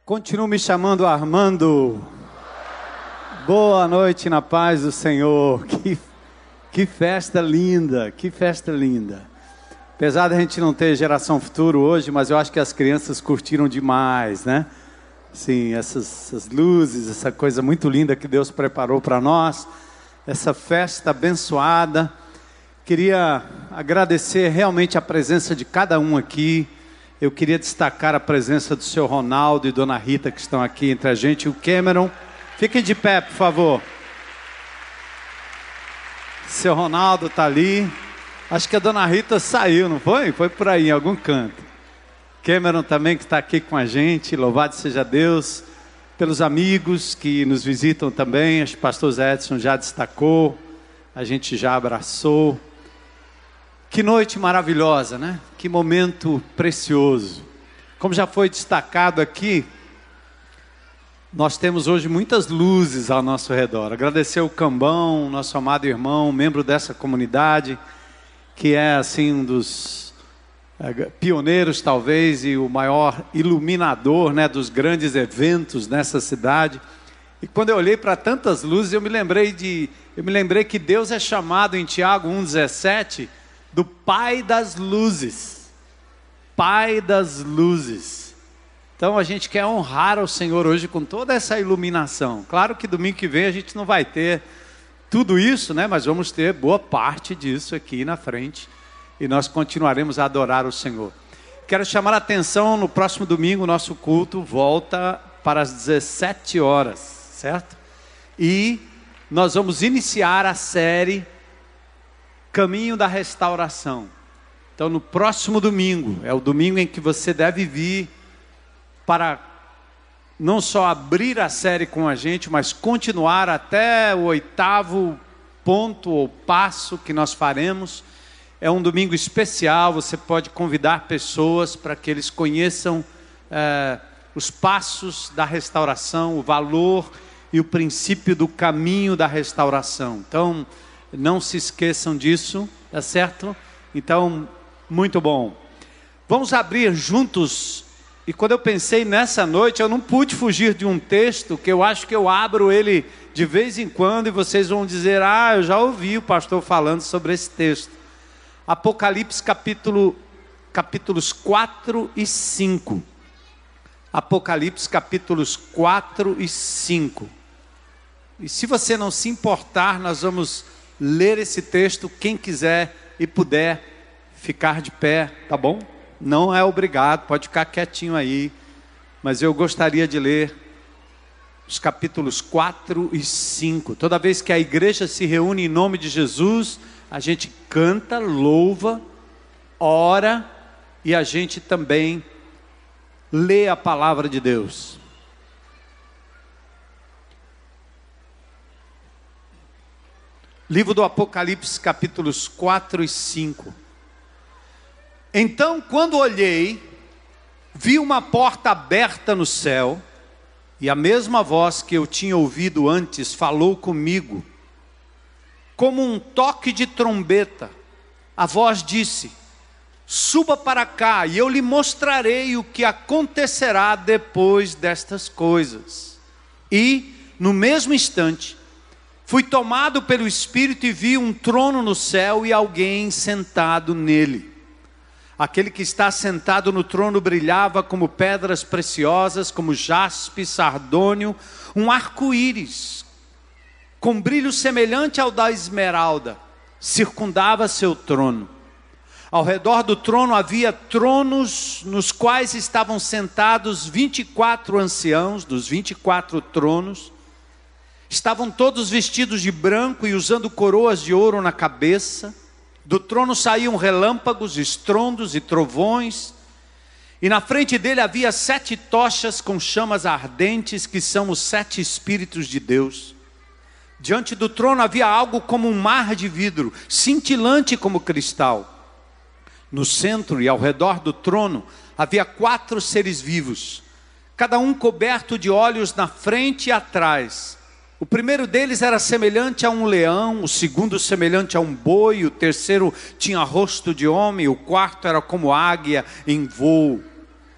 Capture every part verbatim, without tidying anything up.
Continuo me chamando Armando. Boa noite na paz do Senhor. Que, que festa linda, que festa linda. Apesar da gente não ter geração futuro hoje, mas eu acho que as crianças curtiram demais, né? Sim, essas, essas luzes, essa coisa muito linda que Deus preparou para nós. Essa festa abençoada. Queria agradecer realmente a presença de cada um aqui. Eu queria destacar a presença do seu Ronaldo e Dona Rita, que estão aqui entre a gente, e o Cameron. Fiquem de pé, por favor. Seu Ronaldo está ali. Acho que a Dona Rita saiu, não foi? Foi por aí, em algum canto. Cameron também, que está aqui com a gente. Louvado seja Deus. Pelos amigos que nos visitam também. Acho que o pastor Edson já destacou. A gente já abraçou. Que noite maravilhosa, né? Que momento precioso. Como já foi destacado aqui, nós temos hoje muitas luzes ao nosso redor. Agradecer o Cambão, nosso amado irmão, membro dessa comunidade, que é assim um dos é, pioneiros talvez e o maior iluminador, né, dos grandes eventos nessa cidade. E quando eu olhei para tantas luzes, eu me lembrei de, eu me lembrei que Deus é chamado em Tiago um, dezessete, do Pai das luzes. Pai das luzes. Então a gente quer honrar ao Senhor hoje com toda essa iluminação. Claro que domingo que vem a gente não vai ter tudo isso, né? Mas vamos ter boa parte disso aqui na frente. E nós continuaremos a adorar o Senhor. Quero chamar a atenção, no próximo domingo o nosso culto volta para as dezessete horas, certo? E nós vamos iniciar a série Caminho da Restauração. Então no próximo domingo, é o domingo em que você deve vir para não só abrir a série com a gente, mas continuar até o oitavo ponto ou passo que nós faremos. É um domingo especial, você pode convidar pessoas para que eles conheçam é, os passos da restauração, o valor e o princípio do caminho da restauração. Então, não se esqueçam disso, tá certo? Então, muito bom. Vamos abrir juntos. E quando eu pensei nessa noite, eu não pude fugir de um texto que eu acho que eu abro ele de vez em quando e vocês vão dizer, ah, eu já ouvi o pastor falando sobre esse texto. Apocalipse capítulo, capítulos quatro e cinco. Apocalipse capítulos quatro e cinco. E se você não se importar, nós vamos ler esse texto. Quem quiser e puder ficar de pé, tá bom? Não é obrigado, pode ficar quietinho aí. Mas eu gostaria de ler os capítulos quatro e cinco. Toda vez que a igreja se reúne em nome de Jesus, a gente canta, louva, ora e a gente também lê a palavra de Deus. Livro do Apocalipse, capítulos quatro e cinco. Então, quando olhei, vi uma porta aberta no céu, e a mesma voz que eu tinha ouvido antes falou comigo, como um toque de trombeta. A voz disse: suba para cá, e eu lhe mostrarei o que acontecerá depois destas coisas. E, no mesmo instante, fui tomado pelo Espírito e vi um trono no céu e alguém sentado nele. Aquele que está sentado no trono brilhava como pedras preciosas, como jaspe, sardônio, um arco-íris, com brilho semelhante ao da esmeralda, circundava seu trono. Ao redor do trono havia tronos, nos quais estavam sentados vinte e quatro anciãos, dos vinte e quatro tronos. Estavam todos vestidos de branco e usando coroas de ouro na cabeça. Do trono saíam relâmpagos, estrondos e trovões. E na frente dele havia sete tochas com chamas ardentes, que são os sete Espíritos de Deus. Diante do trono havia algo como um mar de vidro, cintilante como cristal. No centro e ao redor do trono havia quatro seres vivos, cada um coberto de olhos na frente e atrás. O primeiro deles era semelhante a um leão, o segundo semelhante a um boi, o terceiro tinha rosto de homem, o quarto era como águia em voo.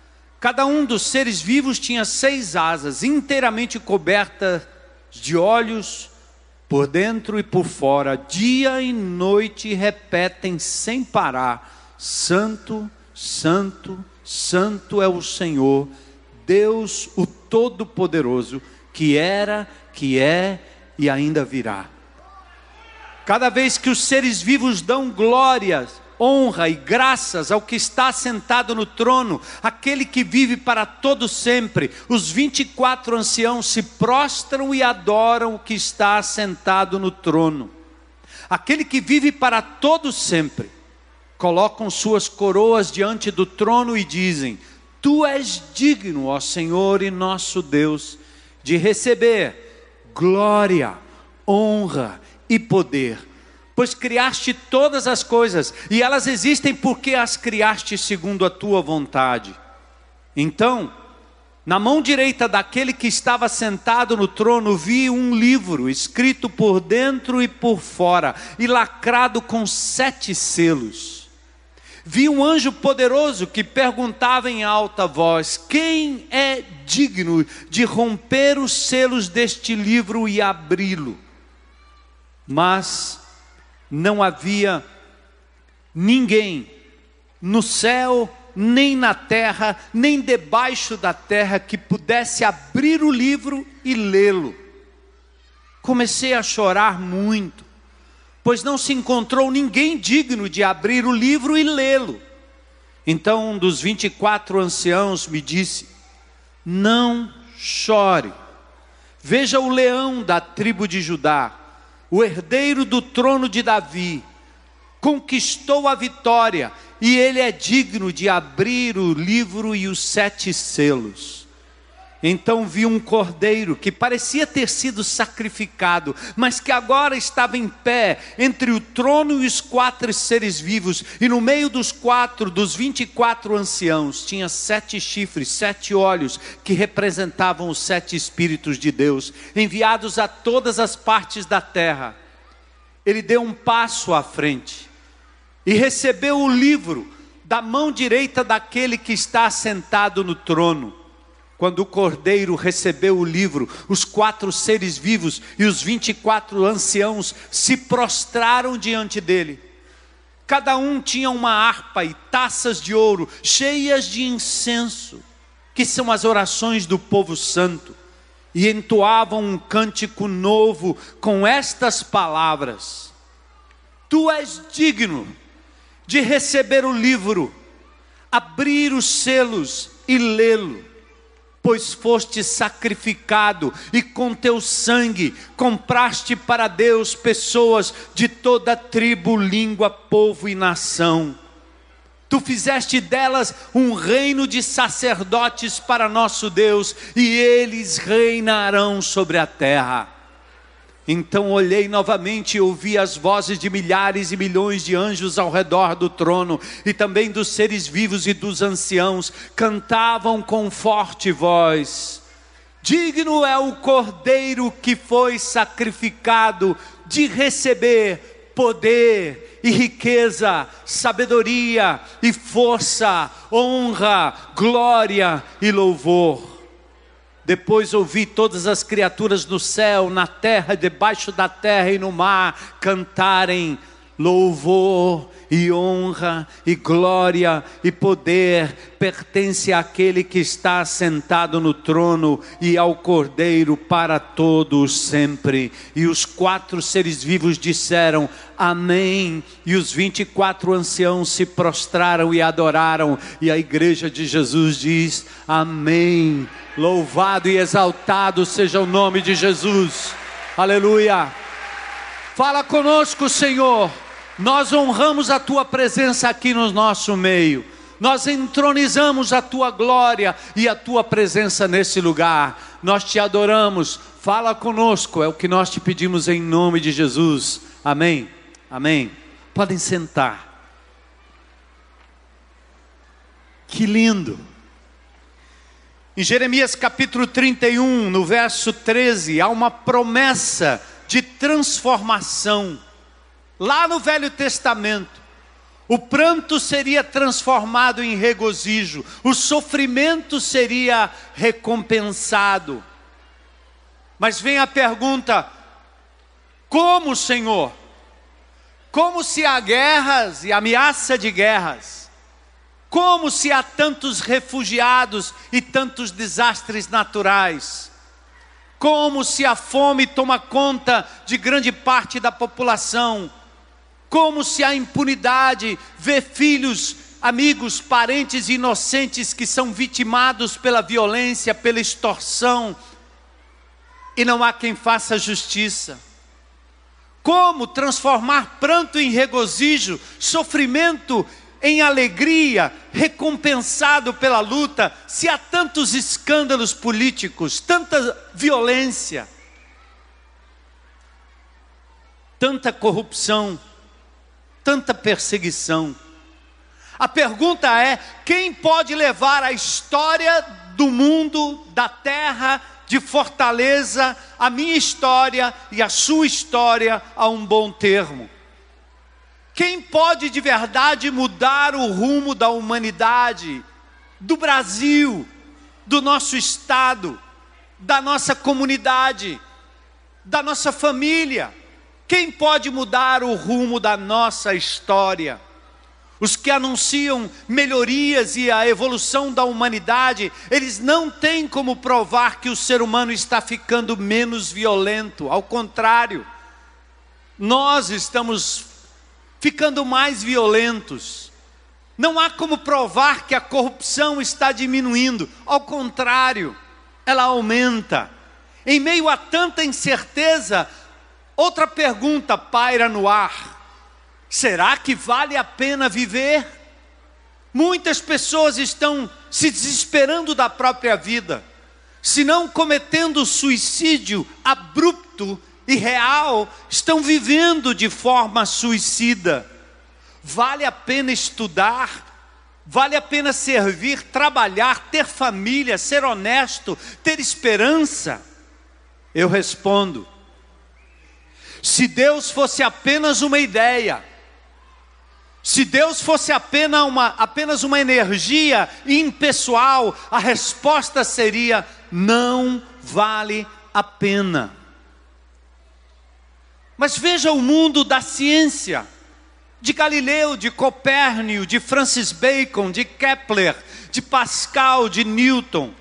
Cada um dos seres vivos tinha seis asas, inteiramente cobertas de olhos, por dentro e por fora. Dia e noite repetem sem parar: Santo, Santo, Santo é o Senhor, Deus o Todo-Poderoso, que era, que é e ainda virá. Cada vez que os seres vivos dão glórias, honra e graças ao que está sentado no trono, aquele que vive para todo sempre, os vinte e quatro anciãos se prostram e adoram o que está sentado no trono. Aquele que vive para todo sempre, colocam suas coroas diante do trono e dizem: Tu és digno, ó Senhor e nosso Deus, de receber glória, honra e poder, pois criaste todas as coisas, e elas existem porque as criaste segundo a tua vontade. Então, na mão direita daquele que estava sentado no trono, vi um livro escrito por dentro e por fora, e lacrado com sete selos. Vi um anjo poderoso que perguntava em alta voz: quem é digno de romper os selos deste livro e abri-lo? Mas não havia ninguém no céu, nem na terra, nem debaixo da terra que pudesse abrir o livro e lê-lo. Comecei a chorar muito, pois não se encontrou ninguém digno de abrir o livro e lê-lo. Então um dos vinte e quatro anciãos me disse: não chore, veja o leão da tribo de Judá, o herdeiro do trono de Davi, conquistou a vitória, e ele é digno de abrir o livro e os sete selos. Então vi um cordeiro que parecia ter sido sacrificado, mas que agora estava em pé entre o trono e os quatro seres vivos, e no meio dos quatro, dos vinte e quatro anciãos, tinha sete chifres, sete olhos, que representavam os sete Espíritos de Deus, enviados a todas as partes da terra. Ele deu um passo à frente, e recebeu o livro da mão direita daquele que está sentado no trono. Quando o cordeiro recebeu o livro, os quatro seres vivos e os vinte e quatro anciãos se prostraram diante dele. Cada um tinha uma harpa e taças de ouro cheias de incenso, que são as orações do povo santo, e entoavam um cântico novo com estas palavras: Tu és digno de receber o livro, abrir os selos e lê-lo, pois foste sacrificado e com teu sangue compraste para Deus pessoas de toda tribo, língua, povo e nação. Tu fizeste delas um reino de sacerdotes para nosso Deus, e eles reinarão sobre a terra. Então olhei novamente e ouvi as vozes de milhares e milhões de anjos ao redor do trono, e também dos seres vivos e dos anciãos, cantavam com forte voz: digno é o cordeiro que foi sacrificado de receber poder e riqueza, sabedoria e força, honra, glória e louvor. Depois ouvi todas as criaturas no céu, na terra, debaixo da terra e no mar cantarem: louvor e honra e glória e poder pertence àquele que está sentado no trono e ao Cordeiro para todos sempre. E os quatro seres vivos disseram: amém. E os vinte e quatro anciãos se prostraram e adoraram. E a igreja de Jesus diz: amém. Louvado e exaltado seja o nome de Jesus. Aleluia. Fala conosco, Senhor. Nós honramos a tua presença aqui no nosso meio. Nós entronizamos a tua glória e a tua presença nesse lugar. Nós te adoramos. Fala conosco, é o que nós te pedimos em nome de Jesus. Amém. Amém. Podem sentar. Que lindo. Em Jeremias capítulo trinta e um, no verso treze, há uma promessa de transformação. Lá no Velho Testamento, O pranto seria transformado em regozijo, o sofrimento seria recompensado. Mas vem a pergunta: como, Senhor? Como se há guerras e ameaça de guerras? Como se há tantos refugiados e tantos desastres naturais? Como se a fome toma conta de grande parte da população? Como se a impunidade vê filhos, amigos, parentes inocentes que são vitimados pela violência, pela extorsão, e não há quem faça justiça? Como transformar pranto em regozijo, sofrimento em alegria, recompensado pela luta, se há tantos escândalos políticos, tanta violência, tanta corrupção, tanta perseguição? A pergunta é: quem pode levar a história do mundo, da terra, de Fortaleza, a minha história e a sua história a um bom termo? Quem pode de verdade mudar o rumo da humanidade, do Brasil, do nosso estado, da nossa comunidade, da nossa família? Quem pode mudar o rumo da nossa história? Os que anunciam melhorias e a evolução da humanidade, eles não têm como provar que o ser humano está ficando menos violento. Ao contrário, nós estamos ficando mais violentos. Não há como provar que a corrupção está diminuindo. Ao contrário, ela aumenta. Em meio a tanta incerteza, outra pergunta paira no ar: será que vale a pena viver? Muitas pessoas estão se desesperando da própria vida, se não cometendo suicídio abrupto e real, estão vivendo de forma suicida. Vale a pena estudar? Vale a pena servir, trabalhar, ter família, ser honesto, ter esperança? Eu respondo: se Deus fosse apenas uma ideia, se Deus fosse apenas uma, apenas uma energia impessoal, a resposta seria: não vale a pena. Mas veja o mundo da ciência, de Galileu, de Copérnico, de Francis Bacon, de Kepler, de Pascal, de Newton.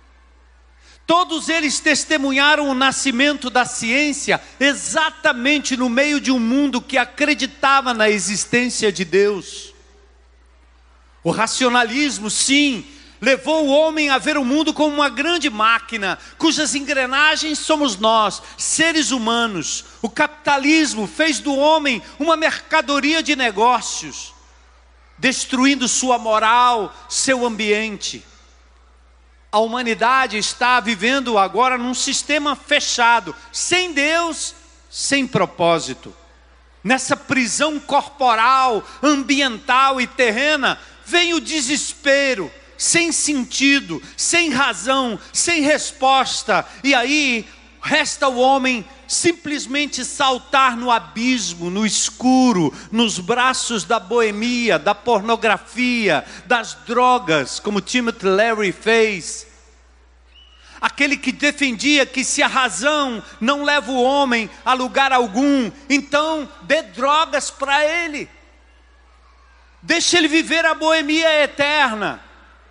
Todos eles testemunharam o nascimento da ciência exatamente no meio de um mundo que acreditava na existência de Deus. O racionalismo, sim, levou o homem a ver o mundo como uma grande máquina, cujas engrenagens somos nós, seres humanos. O capitalismo fez do homem uma mercadoria de negócios, destruindo sua moral, seu ambiente. A humanidade está vivendo agora num sistema fechado, sem Deus, sem propósito. Nessa prisão corporal, ambiental e terrena, vem o desespero, sem sentido, sem razão, sem resposta. E aí resta o homem simplesmente saltar no abismo, no escuro, nos braços da boemia, da pornografia, das drogas, como Timothy Leary fez. Aquele que defendia que se a razão não leva o homem a lugar algum, então dê drogas para ele. Deixe ele viver a boemia eterna.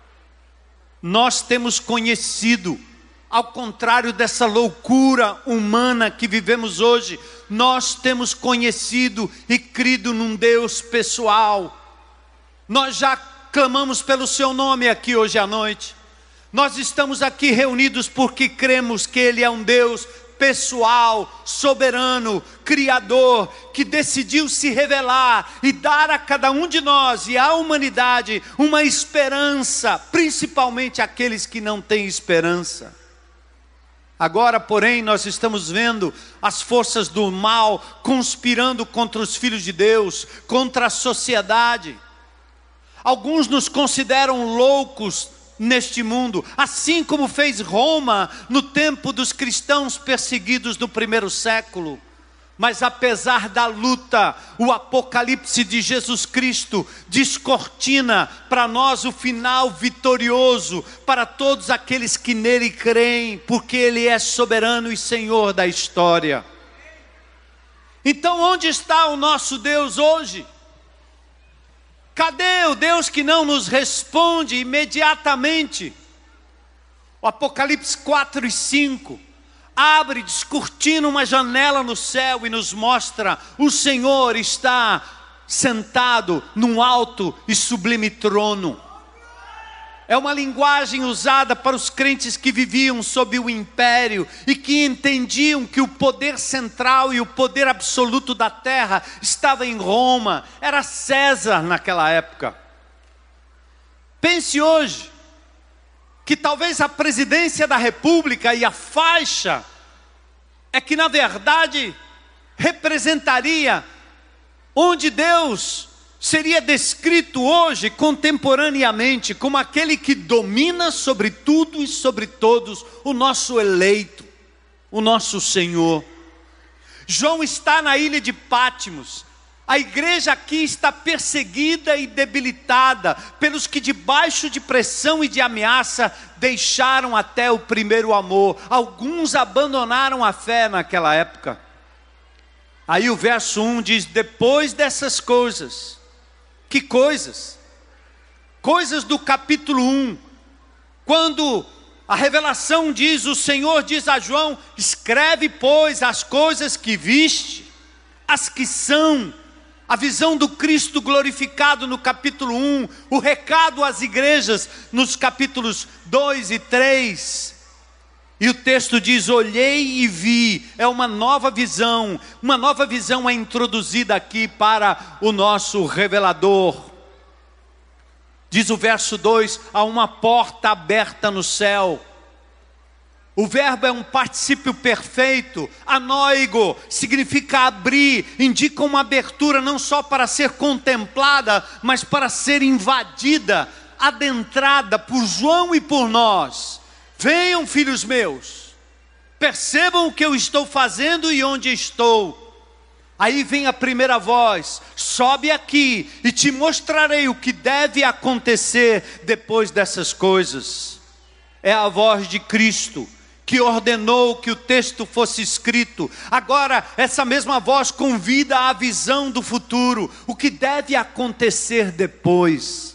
Nós temos conhecido, ao contrário dessa loucura humana que vivemos hoje, nós temos conhecido e crido num Deus pessoal. Nós já clamamos pelo seu nome aqui hoje à noite. Nós estamos aqui reunidos porque cremos que Ele é um Deus pessoal, soberano, criador, que decidiu se revelar e dar a cada um de nós e à humanidade uma esperança, principalmente aqueles que não têm esperança. Agora, porém, nós estamos vendo as forças do mal conspirando contra os filhos de Deus, contra a sociedade. Alguns nos consideram loucos neste mundo, assim como fez Roma no tempo dos cristãos perseguidos no primeiro século. Mas apesar da luta, o Apocalipse de Jesus Cristo descortina para nós o final vitorioso para todos aqueles que nele creem, porque Ele é soberano e Senhor da história. Então onde está o nosso Deus hoje? Cadê o Deus que não nos responde imediatamente? O Apocalipse quatro e cinco abre, descortina uma janela no céu e nos mostra: o Senhor está sentado num alto e sublime trono. É uma linguagem usada para os crentes que viviam sob o império e que entendiam que o poder central e o poder absoluto da terra estava em Roma. Era César naquela época. Pense hoje que talvez a presidência da república e a faixa é que na verdade representaria onde Deus seria descrito hoje contemporaneamente como aquele que domina sobre tudo e sobre todos, o nosso eleito, o nosso Senhor. João está na ilha de Pátimos. A igreja aqui está perseguida e debilitada pelos que debaixo de pressão e de ameaça deixaram até o primeiro amor. Alguns abandonaram a fé naquela época. Aí o verso um diz: depois dessas coisas. Que coisas? Coisas do capítulo um. Quando a revelação diz, o Senhor diz a João: escreve pois as coisas que viste, as que são. A visão do Cristo glorificado no capítulo um, o recado às igrejas nos capítulos dois e três. E o texto diz: olhei e vi. É uma nova visão. Uma nova visão é introduzida aqui para o nosso revelador. Diz o verso dois: há uma porta aberta no céu. O verbo é um particípio perfeito. Anóigo significa abrir, indica uma abertura não só para ser contemplada, mas para ser invadida, adentrada por João e por nós. Venham, filhos meus, percebam o que eu estou fazendo e onde estou. Aí vem a primeira voz: sobe aqui e te mostrarei o que deve acontecer depois dessas coisas. É a voz de Cristo que ordenou que o texto fosse escrito. Agora essa mesma voz convida à visão do futuro, o que deve acontecer depois.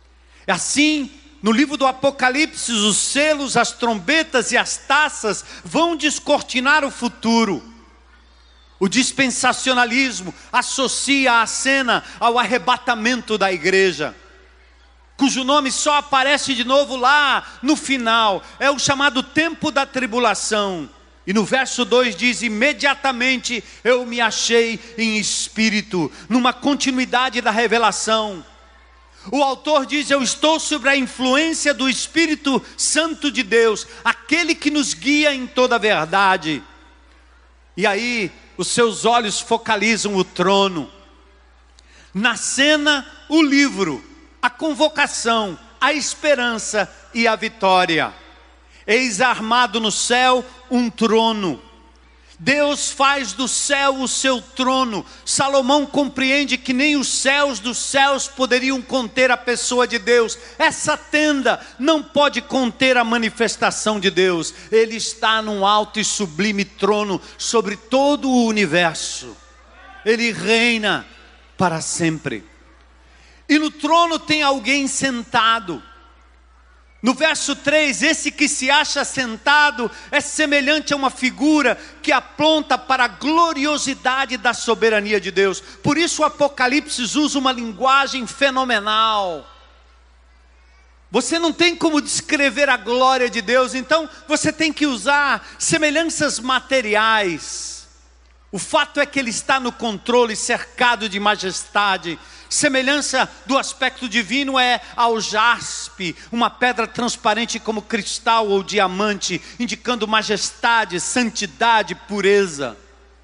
Assim, no livro do Apocalipse, os selos, as trombetas e as taças vão descortinar o futuro. O dispensacionalismo associa a cena ao arrebatamento da igreja, cujo nome só aparece de novo lá no final. É o chamado tempo da tribulação. E no verso dois diz: imediatamente eu me achei em espírito, numa continuidade da revelação. O autor diz: eu estou sob a influência do Espírito Santo de Deus, aquele que nos guia em toda a verdade. E aí os seus olhos focalizam o trono. Na cena, o livro, a convocação, a esperança e a vitória. Eis armado no céu um trono. Deus faz do céu o seu trono. Salomão compreende que nem os céus dos céus poderiam conter a pessoa de Deus. Essa tenda não pode conter a manifestação de Deus. Ele está num alto e sublime trono sobre todo o universo. Ele reina para sempre. E no trono tem alguém sentado. No verso três, esse que se acha sentado é semelhante a uma figura que aponta para a gloriosidade da soberania de Deus. Por isso o Apocalipse usa uma linguagem fenomenal. Você não tem como descrever a glória de Deus, então você tem que usar semelhanças materiais. O fato é que Ele está no controle, cercado de majestade. Semelhança do aspecto divino é ao jaspe, uma pedra transparente como cristal ou diamante, indicando majestade, santidade, pureza.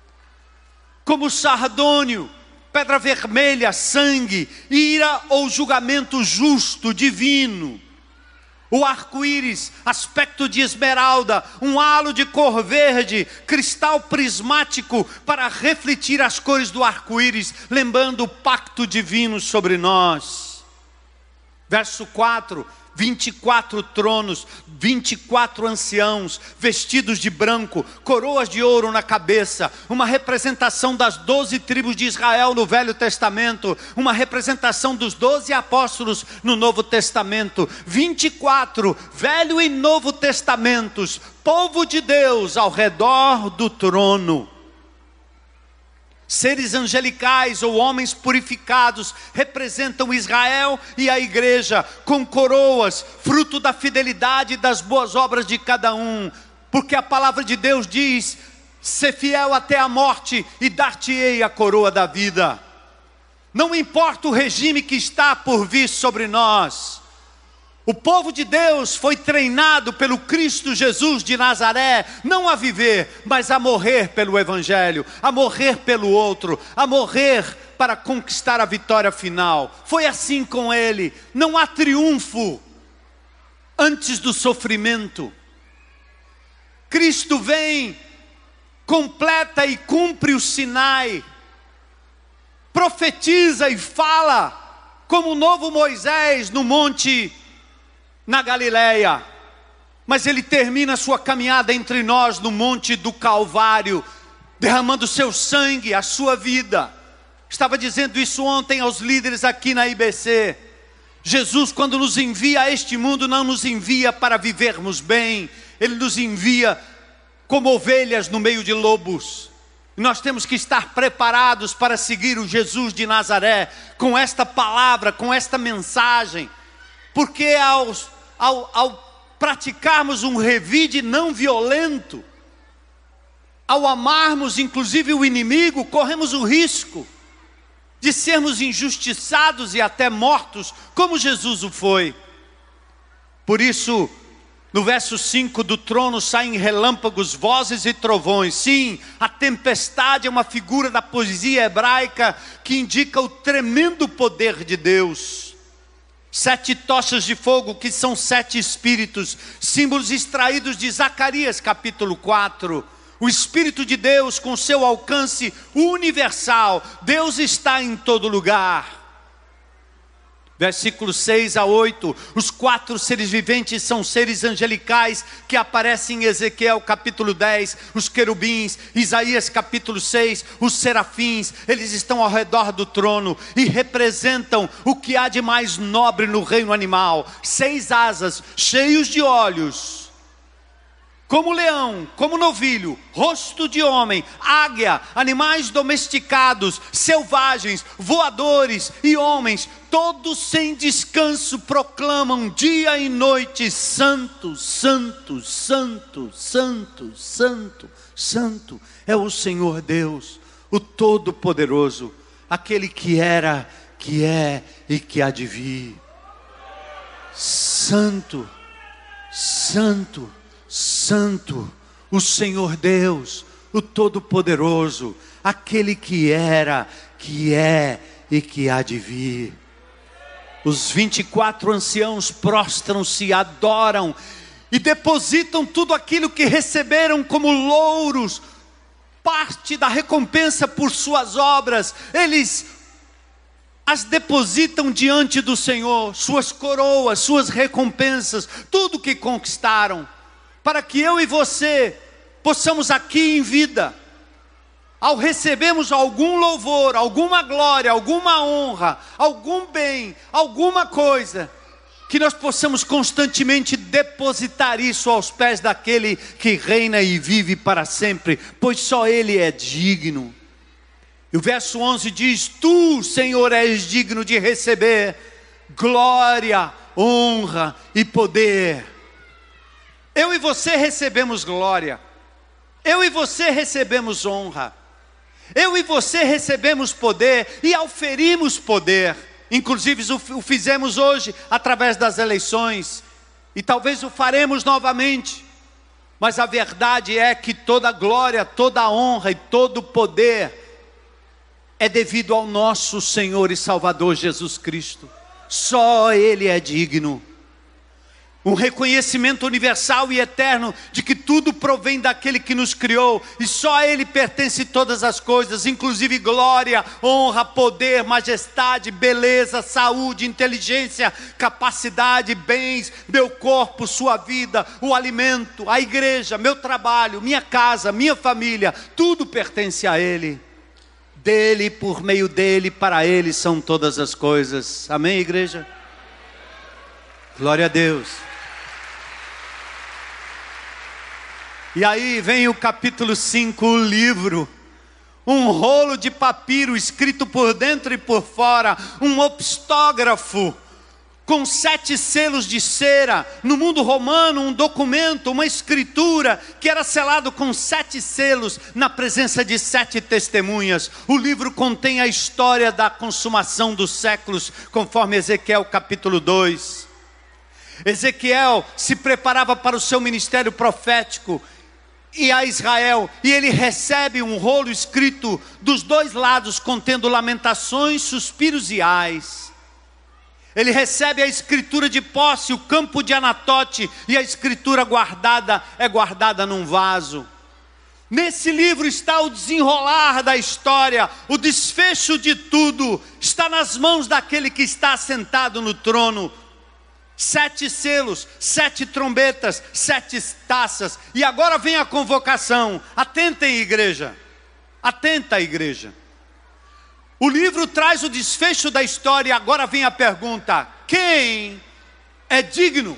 Como sardônio, pedra vermelha, sangue, ira ou julgamento justo, divino. O arco-íris, aspecto de esmeralda, um halo de cor verde, cristal prismático para refletir as cores do arco-íris, lembrando o pacto divino sobre nós. Verso quatro, vinte e quatro tronos, vinte e quatro anciãos, vestidos de branco, coroas de ouro na cabeça, uma representação das doze tribos de Israel no Velho Testamento, uma representação dos doze apóstolos no Novo Testamento, vinte e quatro, Velho e Novo Testamentos, povo de Deus ao redor do trono. Seres angelicais ou homens purificados representam Israel e a igreja, com coroas, fruto da fidelidade e das boas obras de cada um. Porque a palavra de Deus diz: ser fiel até a morte e dar-te-ei a coroa da vida. Não importa o regime que está por vir sobre nós. O povo de Deus foi treinado pelo Cristo Jesus de Nazaré, não a viver, mas a morrer pelo Evangelho, a morrer pelo outro, a morrer para conquistar a vitória final. Foi assim com ele. Não há triunfo antes do sofrimento. Cristo vem, completa e cumpre o Sinai, profetiza e fala como o novo Moisés no monte na Galileia, mas ele termina sua caminhada entre nós no monte do Calvário, derramando seu sangue, a sua vida. Estava dizendo isso ontem aos líderes aqui na I B C. Jesus, quando nos envia a este mundo, não nos envia para vivermos bem, ele nos envia como ovelhas no meio de lobos. E nós temos que estar preparados para seguir o Jesus de Nazaré, com esta palavra, com esta mensagem. Porque aos, ao, ao praticarmos um revide não violento, ao amarmos inclusive o inimigo, corremos o risco de sermos injustiçados e até mortos, como Jesus o foi. Por isso, no verso cinco, do trono saem relâmpagos, vozes e trovões. Sim, a tempestade é uma figura da poesia hebraica que indica o tremendo poder de Deus. Sete tochas de fogo, que são sete espíritos, símbolos extraídos de Zacarias capítulo quatro. O Espírito de Deus com seu alcance universal. Deus está em todo lugar. Versículos seis a oito, os quatro seres viventes são seres angelicais que aparecem em Ezequiel capítulo dez, os querubins, Isaías capítulo seis, os serafins, eles estão ao redor do trono e representam o que há de mais nobre no reino animal. Seis asas, cheios de olhos, como leão, como novilho, rosto de homem, águia, animais domesticados, selvagens, voadores e homens, todos sem descanso proclamam dia e noite: santo, santo, santo, santo, santo, santo é o Senhor Deus, o Todo-Poderoso, aquele que era, que é e que há de vir. Santo, santo, santo, o Senhor Deus, o Todo-Poderoso, aquele que era, que é e que há de vir. Os vinte e quatro anciãos prostram-se, adoram e depositam tudo aquilo que receberam como louros, parte da recompensa por suas obras. Eles as depositam diante do Senhor, suas coroas, suas recompensas, tudo que conquistaram, para que eu e você possamos aqui em vida, ao recebermos algum louvor, alguma glória, alguma honra, algum bem, alguma coisa, que nós possamos constantemente depositar isso aos pés daquele que reina e vive para sempre, pois só Ele é digno. E o verso onze diz: Tu, Senhor, és digno de receber glória, honra e poder. Eu e você recebemos glória, eu e você recebemos honra, eu e você recebemos poder e auferimos poder. Inclusive o fizemos hoje através das eleições, e talvez o faremos novamente. Mas a verdade é que toda glória, toda honra e todo poder é devido ao nosso Senhor e Salvador Jesus Cristo. Só Ele é digno. Um reconhecimento universal e eterno de que tudo provém daquele que nos criou e só a Ele pertence todas as coisas, inclusive glória, honra, poder, majestade, beleza, saúde, inteligência, capacidade, bens, meu corpo, sua vida, o alimento, a igreja, meu trabalho, minha casa, minha família, tudo pertence a Ele. Dele, por meio dele, para Ele são todas as coisas. Amém, igreja? Glória a Deus. E aí vem o capítulo cinco, o livro. Um rolo de papiro escrito por dentro e por fora. Um opstógrafo com sete selos de cera. No mundo romano, um documento, uma escritura que era selado com sete selos na presença de sete testemunhas. O livro contém a história da consumação dos séculos, conforme Ezequiel capítulo dois. Ezequiel se preparava para o seu ministério profético e a Israel, e ele recebe um rolo escrito dos dois lados, contendo lamentações, suspiros e ais. Ele recebe a escritura de posse, o campo de Anatote, e a escritura guardada é guardada num vaso. Nesse livro está o desenrolar da história, o desfecho de tudo, está nas mãos daquele que está sentado no trono. Sete selos, sete trombetas, sete taças. E agora vem a convocação. Atentem, igreja. Atenta, igreja. O livro traz o desfecho da história. E agora vem a pergunta: quem é digno?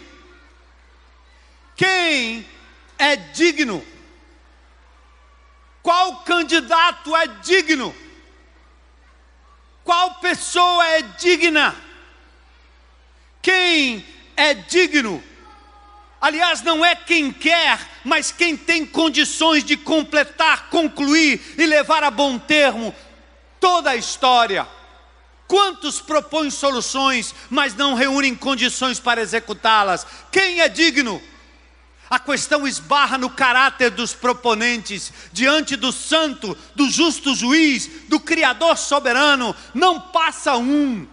Quem é digno? Qual candidato é digno? Qual pessoa é digna? Quem é digno? Aliás, não é quem quer, mas quem tem condições de completar, concluir e levar a bom termo toda a história. Quantos propõem soluções, mas não reúnem condições para executá-las? Quem é digno? A questão esbarra no caráter dos proponentes, diante do santo, do justo juiz, do Criador soberano. Não passa um.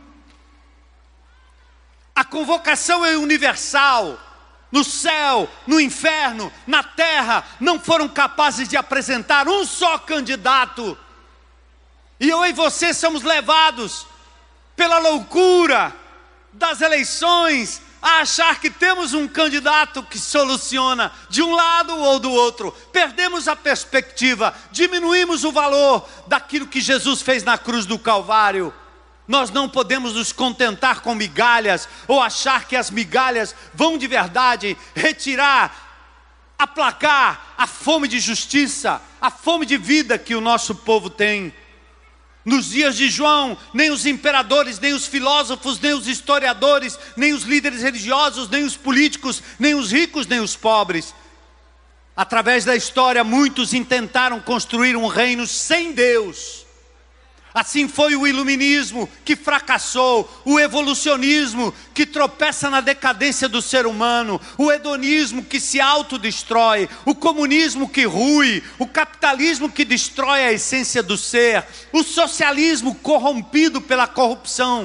A convocação é universal. No céu, no inferno, na terra, não foram capazes de apresentar um só candidato. E eu e você somos levados pela loucura das eleições a achar que temos um candidato que soluciona de um lado ou do outro. Perdemos a perspectiva, diminuímos o valor daquilo que Jesus fez na cruz do Calvário. Nós não podemos nos contentar com migalhas ou achar que as migalhas vão de verdade retirar, aplacar a fome de justiça, a fome de vida que o nosso povo tem. Nos dias de João, nem os imperadores, nem os filósofos, nem os historiadores, nem os líderes religiosos, nem os políticos, nem os ricos, nem os pobres. Através da história, muitos intentaram construir um reino sem Deus. Assim foi o iluminismo, que fracassou, o evolucionismo, que tropeça na decadência do ser humano, o hedonismo, que se autodestrói, o comunismo, que rui, o capitalismo, que destrói a essência do ser, o socialismo, corrompido pela corrupção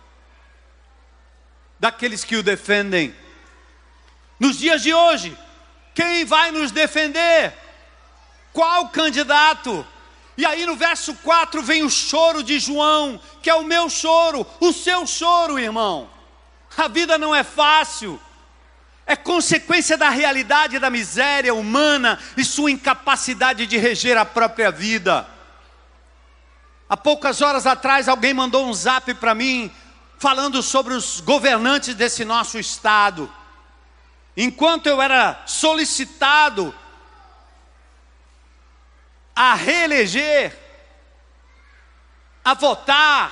daqueles que o defendem. Nos dias de hoje, quem vai nos defender? Qual candidato? E aí no verso quatro vem o choro de João, que é o meu choro, o seu choro, irmão. A vida não é fácil, é consequência da realidade da miséria humana e sua incapacidade de reger a própria vida. Há poucas horas atrás alguém mandou um zap para mim, falando sobre os governantes desse nosso estado. Enquanto eu era solicitado a reeleger, a votar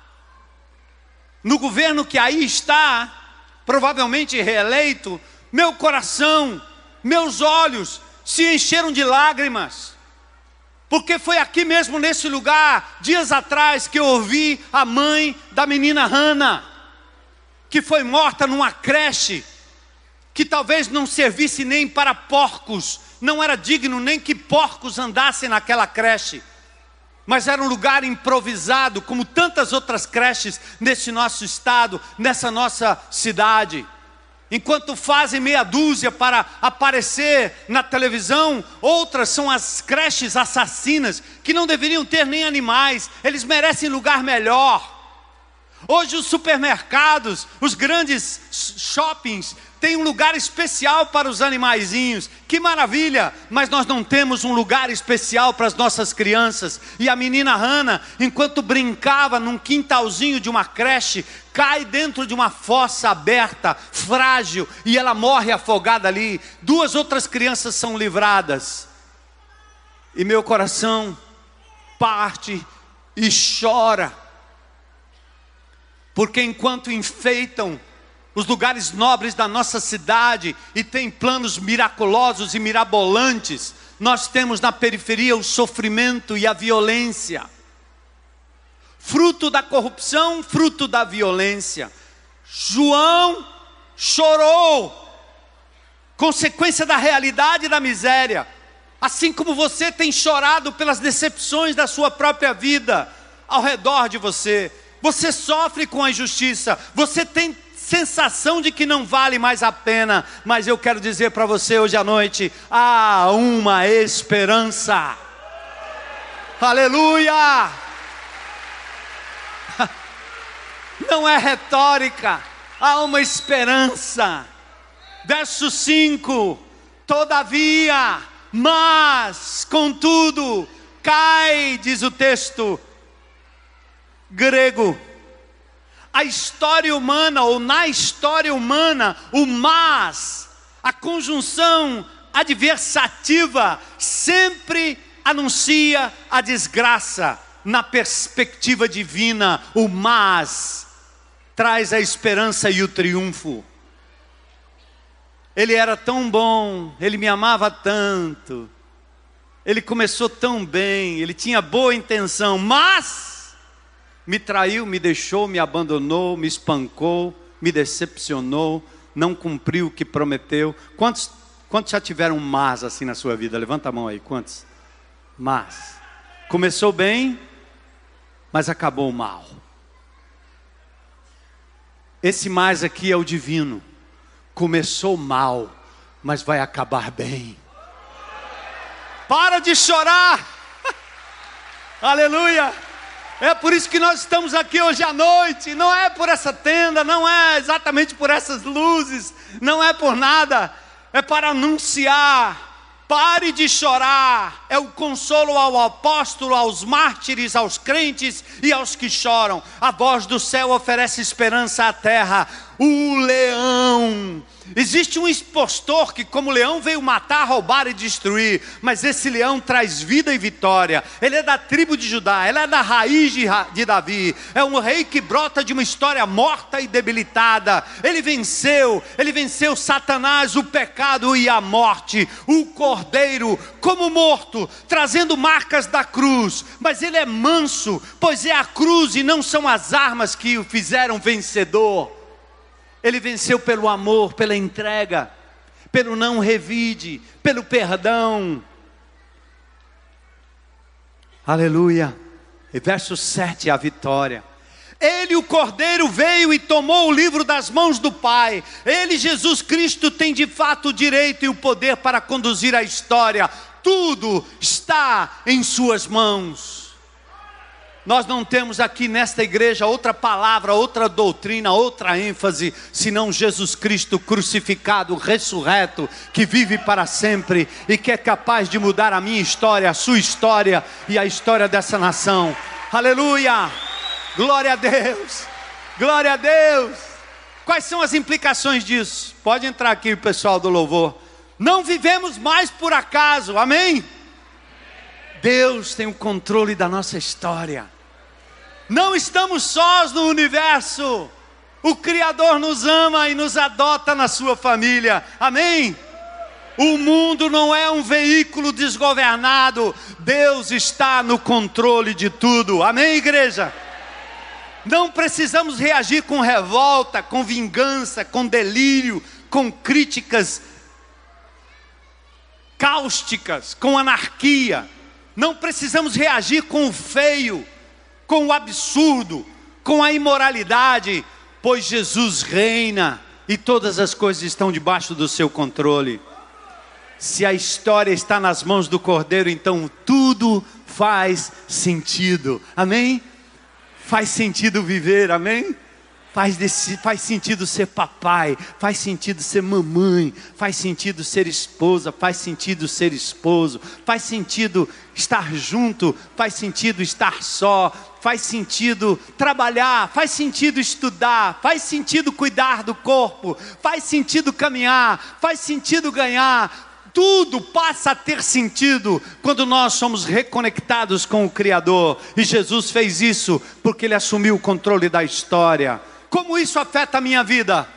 no governo que aí está, provavelmente reeleito, meu coração, meus olhos se encheram de lágrimas, porque foi aqui mesmo nesse lugar, dias atrás, que eu ouvi a mãe da menina Hannah, que foi morta numa creche, que talvez não servisse nem para porcos, não era digno nem que porcos andassem naquela creche, mas era um lugar improvisado, como tantas outras creches nesse nosso estado, nessa nossa cidade. Enquanto fazem meia dúzia para aparecer na televisão, outras são as creches assassinas, que não deveriam ter nem animais, eles merecem lugar melhor. Hoje os supermercados, os grandes shoppings, têm um lugar especial para os animaizinhos. Que maravilha! Mas nós não temos um lugar especial para as nossas crianças. E a menina Hannah, enquanto brincava num quintalzinho de uma creche, cai dentro de uma fossa aberta, frágil, e ela morre afogada ali. Duas outras crianças são livradas. E meu coração parte e chora. Porque enquanto enfeitam os lugares nobres da nossa cidade e tem planos miraculosos e mirabolantes, nós temos na periferia o sofrimento e a violência. Fruto da corrupção, fruto da violência. João chorou, consequência da realidade e da miséria. Assim como você tem chorado pelas decepções da sua própria vida ao redor de você. Você sofre com a injustiça, você tem sensação de que não vale mais a pena, mas eu quero dizer para você hoje à noite, há uma esperança. Aleluia! Não é retórica, há uma esperança. Verso cinco, todavia, mas, contudo, cai, diz o texto grego, a história humana, ou na história humana, o mas, a conjunção adversativa, sempre anuncia a desgraça. Na perspectiva divina, o mas traz a esperança e o triunfo. Ele era tão bom, ele me amava tanto, ele começou tão bem, ele tinha boa intenção, mas me traiu, me deixou, me abandonou, me espancou, me decepcionou, não cumpriu o que prometeu. Quantos, quantos já tiveram mas assim na sua vida? Levanta a mão aí, quantos? Mas. Começou bem, mas acabou mal. Esse mais aqui é o divino. Começou mal, mas vai acabar bem. Para de chorar. Aleluia. É por isso que nós estamos aqui hoje à noite. Não é por essa tenda, não é exatamente por essas luzes, não é por nada. É para anunciar. Pare de chorar. É o consolo ao apóstolo, aos mártires, aos crentes e aos que choram. A voz do céu oferece esperança à terra. O leão. Existe um impostor que, como leão, veio matar, roubar e destruir. Mas esse leão traz vida e vitória. Ele é da tribo de Judá, ele é da raiz de, de Davi. É um rei que brota de uma história morta e debilitada. Ele venceu, ele venceu Satanás, o pecado e a morte. O cordeiro, como morto, trazendo marcas da cruz. Mas ele é manso, pois é a cruz e não são as armas que o fizeram vencedor. Ele venceu pelo amor, pela entrega, pelo não revide, pelo perdão. Aleluia. E verso sete, a vitória. Ele, o Cordeiro, veio e tomou o livro das mãos do Pai. Ele, Jesus Cristo, tem de fato o direito e o poder para conduzir a história. Tudo está em suas mãos. Nós não temos aqui nesta igreja outra palavra, outra doutrina, outra ênfase, senão Jesus Cristo crucificado, ressurreto, que vive para sempre e que é capaz de mudar a minha história, a sua história e a história dessa nação. Aleluia! Glória a Deus! Glória a Deus! Quais são as implicações disso? Pode entrar aqui o pessoal do louvor. Não vivemos mais por acaso, amém? Deus tem o controle da nossa história. Não estamos sós no universo. O Criador nos ama e nos adota na sua família. Amém? O mundo não é um veículo desgovernado. Deus está no controle de tudo. Amém, igreja? Não precisamos reagir com revolta, com vingança, com delírio, com críticas cáusticas, com anarquia. Não precisamos reagir com o feio, com o absurdo, com a imoralidade, pois Jesus reina, e todas as coisas estão debaixo do seu controle. Se a história está nas mãos do Cordeiro, então tudo faz sentido. Amém? Faz sentido viver, amém? Faz, desse, faz sentido ser papai, faz sentido ser mamãe, faz sentido ser esposa, faz sentido ser esposo, faz sentido estar junto, faz sentido estar só, faz sentido trabalhar, faz sentido estudar, faz sentido cuidar do corpo, faz sentido caminhar, faz sentido ganhar. Tudo passa a ter sentido quando nós somos reconectados com o Criador. E Jesus fez isso porque Ele assumiu o controle da história. Como isso afeta a minha vida?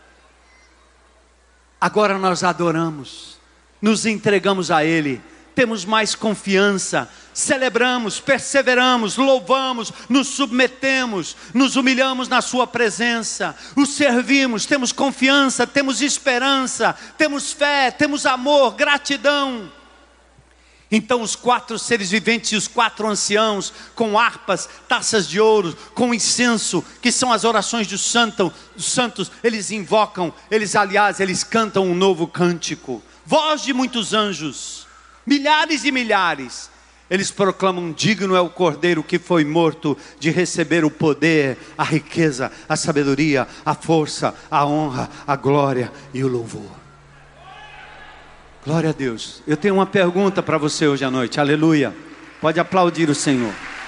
Agora nós adoramos, nos entregamos a Ele, temos mais confiança, celebramos, perseveramos, louvamos, nos submetemos, nos humilhamos na sua presença, o servimos, temos confiança, temos esperança, temos fé, temos amor, gratidão. Então os quatro seres viventes e os quatro anciãos, com harpas, taças de ouro, com incenso, que são as orações dos santos, dos santos, eles invocam, eles aliás, eles cantam um novo cântico, voz de muitos anjos, milhares e milhares, eles proclamam: digno é o Cordeiro que foi morto de receber o poder, a riqueza, a sabedoria, a força, a honra, a glória e o louvor. Glória a Deus. Eu tenho uma pergunta para você hoje à noite. Aleluia. Pode aplaudir o Senhor.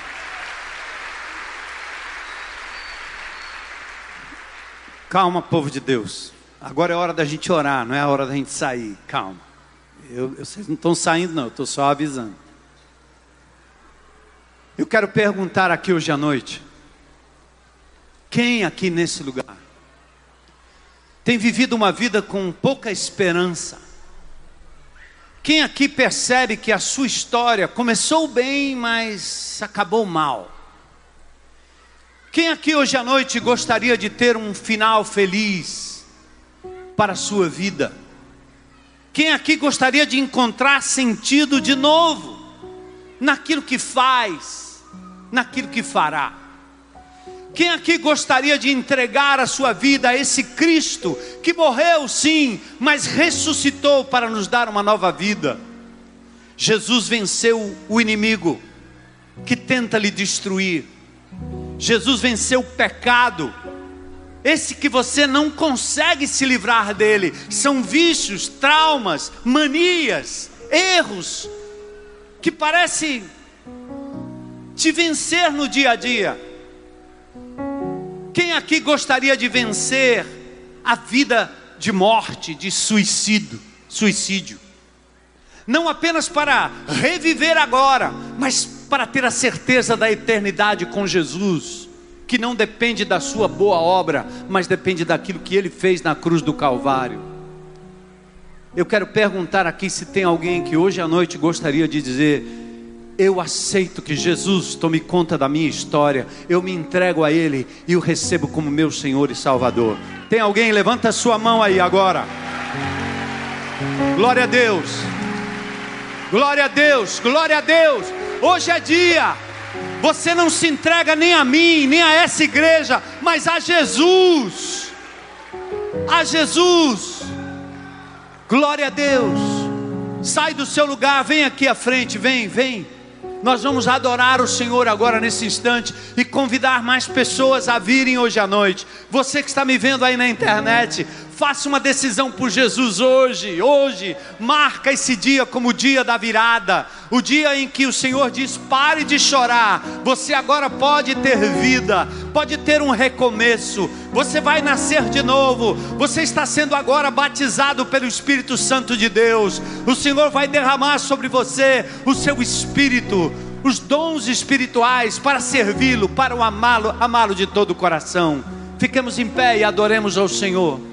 Calma, povo de Deus. Agora é hora da gente orar, não é a hora da gente sair. Calma. Eu, eu, vocês não estão saindo não, eu estou só avisando. Eu quero perguntar aqui hoje à noite: quem aqui nesse lugar tem vivido uma vida com pouca esperança? Quem aqui percebe que a sua história começou bem, mas acabou mal? Quem aqui hoje à noite gostaria de ter um final feliz para a sua vida? Quem aqui gostaria de encontrar sentido de novo naquilo que faz, naquilo que fará? Quem aqui gostaria de entregar a sua vida a esse Cristo que morreu sim, mas ressuscitou para nos dar uma nova vida? Jesus venceu o inimigo que tenta lhe destruir. Jesus venceu o pecado, esse que você não consegue se livrar dele. São vícios, traumas, manias, erros que parecem te vencer no dia a dia. Quem aqui gostaria de vencer a vida de morte, de suicídio, suicídio? Não apenas para reviver agora, mas para ter a certeza da eternidade com Jesus, que não depende da sua boa obra, mas depende daquilo que Ele fez na cruz do Calvário. Eu quero perguntar aqui se tem alguém que hoje à noite gostaria de dizer: eu aceito que Jesus tome conta da minha história, eu me entrego a Ele e o recebo como meu Senhor e Salvador. Tem alguém? Levanta a sua mão aí agora. Glória a Deus, glória a Deus, glória a Deus. Hoje é dia, você não se entrega nem a mim, nem a essa igreja, mas a Jesus, a Jesus. Glória a Deus. Sai do seu lugar, vem aqui à frente, vem, vem. Nós vamos adorar o Senhor agora nesse instante e convidar mais pessoas a virem hoje à noite. Você que está me vendo aí na internet, faça uma decisão por Jesus hoje. Hoje, marca esse dia como o dia da virada, o dia em que o Senhor diz: pare de chorar, você agora pode ter vida, pode ter um recomeço, você vai nascer de novo, você está sendo agora batizado pelo Espírito Santo de Deus. O Senhor vai derramar sobre você o seu Espírito, os dons espirituais para servi-lo, para o amá-lo, amá-lo de todo o coração. Fiquemos em pé e adoremos ao Senhor.